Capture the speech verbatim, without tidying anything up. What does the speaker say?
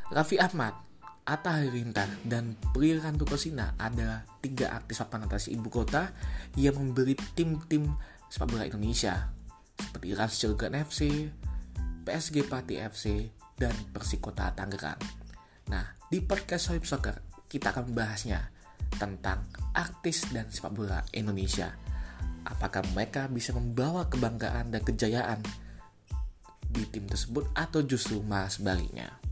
Raffi Ahmad, Atta Halilintar, dan Prilly Latuconsina adalah tiga artis papan atas ibu kota yang memberi tim-tim sepak bola Indonesia seperti Rans Cilegon F C, P S G Pati F C, dan Persikota Tangerang. Nah, di podcast Sohib Soccer kita akan membahasnya tentang artis dan sepak bola Indonesia. Apakah mereka bisa membawa kebanggaan dan kejayaan di tim tersebut atau justru malah sebaliknya?